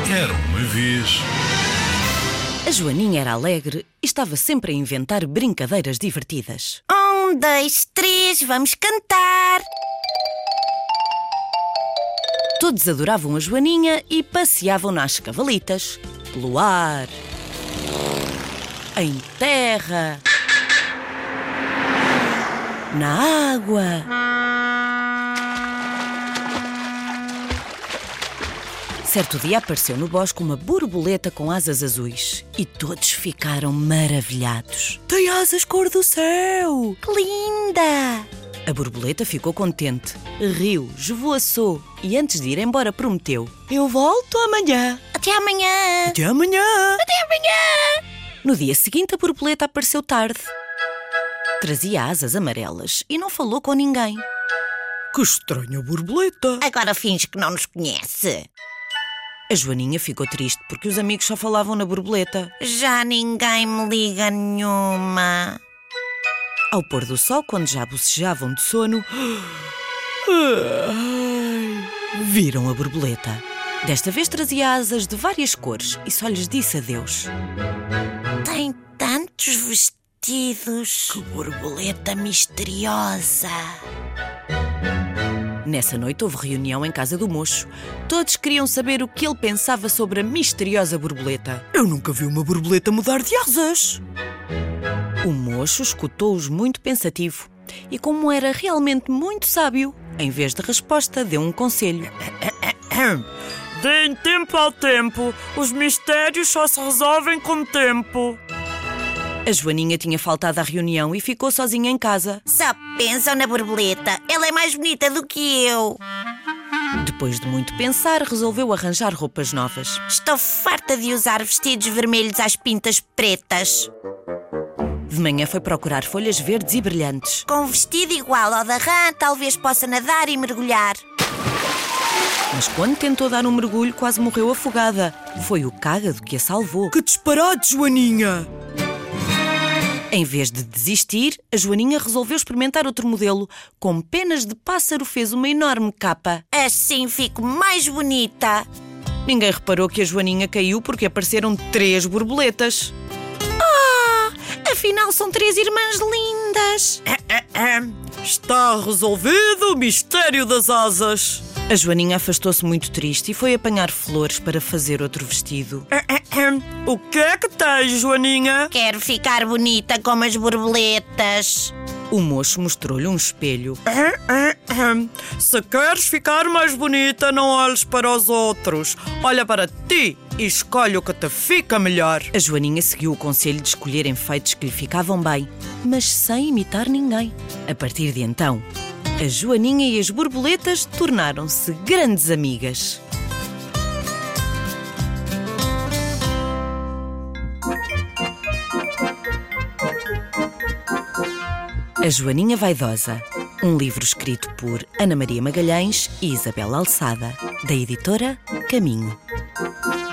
Era uma vez. A Joaninha era alegre e estava sempre a inventar brincadeiras divertidas. 1, 2, 3, vamos cantar! Todos adoravam a Joaninha e passeavam nas cavalitas, pelo ar, em terra, na água. Certo dia apareceu no bosque uma borboleta com asas azuis e todos ficaram maravilhados. Tem asas cor do céu! Que linda! A borboleta ficou contente, riu, esvoaçou e antes de ir embora prometeu: eu volto amanhã. Até amanhã! Até amanhã! Até amanhã! No dia seguinte a borboleta apareceu tarde. Trazia asas amarelas e não falou com ninguém. Que estranha borboleta! Agora finge que não nos conhece. A Joaninha ficou triste porque os amigos só falavam na borboleta. Já ninguém me liga nenhuma. Ao pôr do sol, quando já bocejavam de sono, viram a borboleta. Desta vez trazia asas de várias cores e só lhes disse adeus. Tem tantos vestidos. Que borboleta misteriosa. Nessa noite houve reunião em casa do mocho. Todos queriam saber o que ele pensava sobre a misteriosa borboleta. Eu nunca vi uma borboleta mudar de asas. O mocho escutou-os muito pensativo e, como era realmente muito sábio, em vez de resposta, deu um conselho. Deem tempo ao tempo. Os mistérios só se resolvem com tempo. A Joaninha tinha faltado à reunião e ficou sozinha em casa. Só pensam na borboleta. Ela é mais bonita do que eu. Depois de muito pensar, resolveu arranjar roupas novas. Estou farta de usar vestidos vermelhos às pintas pretas. De manhã foi procurar folhas verdes e brilhantes. Com um vestido igual ao da rã, talvez possa nadar e mergulhar. Mas quando tentou dar um mergulho, quase morreu afogada. Foi o cágado que a salvou. Que disparate, Joaninha! Em vez de desistir, a Joaninha resolveu experimentar outro modelo. Com penas de pássaro fez uma enorme capa. Assim fico mais bonita. Ninguém reparou que a Joaninha caiu porque apareceram 3 borboletas. Afinal são 3 irmãs lindas. Está resolvido o mistério das asas. A Joaninha afastou-se muito triste e foi apanhar flores para fazer outro vestido. O que é que tens, Joaninha? Quero ficar bonita como as borboletas. O mocho mostrou-lhe um espelho. Se queres ficar mais bonita, não olhes para os outros. Olha para ti e escolhe o que te fica melhor. A Joaninha seguiu o conselho de escolher enfeites que lhe ficavam bem, mas sem imitar ninguém. A partir de então, a Joaninha e as borboletas tornaram-se grandes amigas. A Joaninha Vaidosa, um livro escrito por Ana Maria Magalhães e Isabel Alçada, da editora Caminho.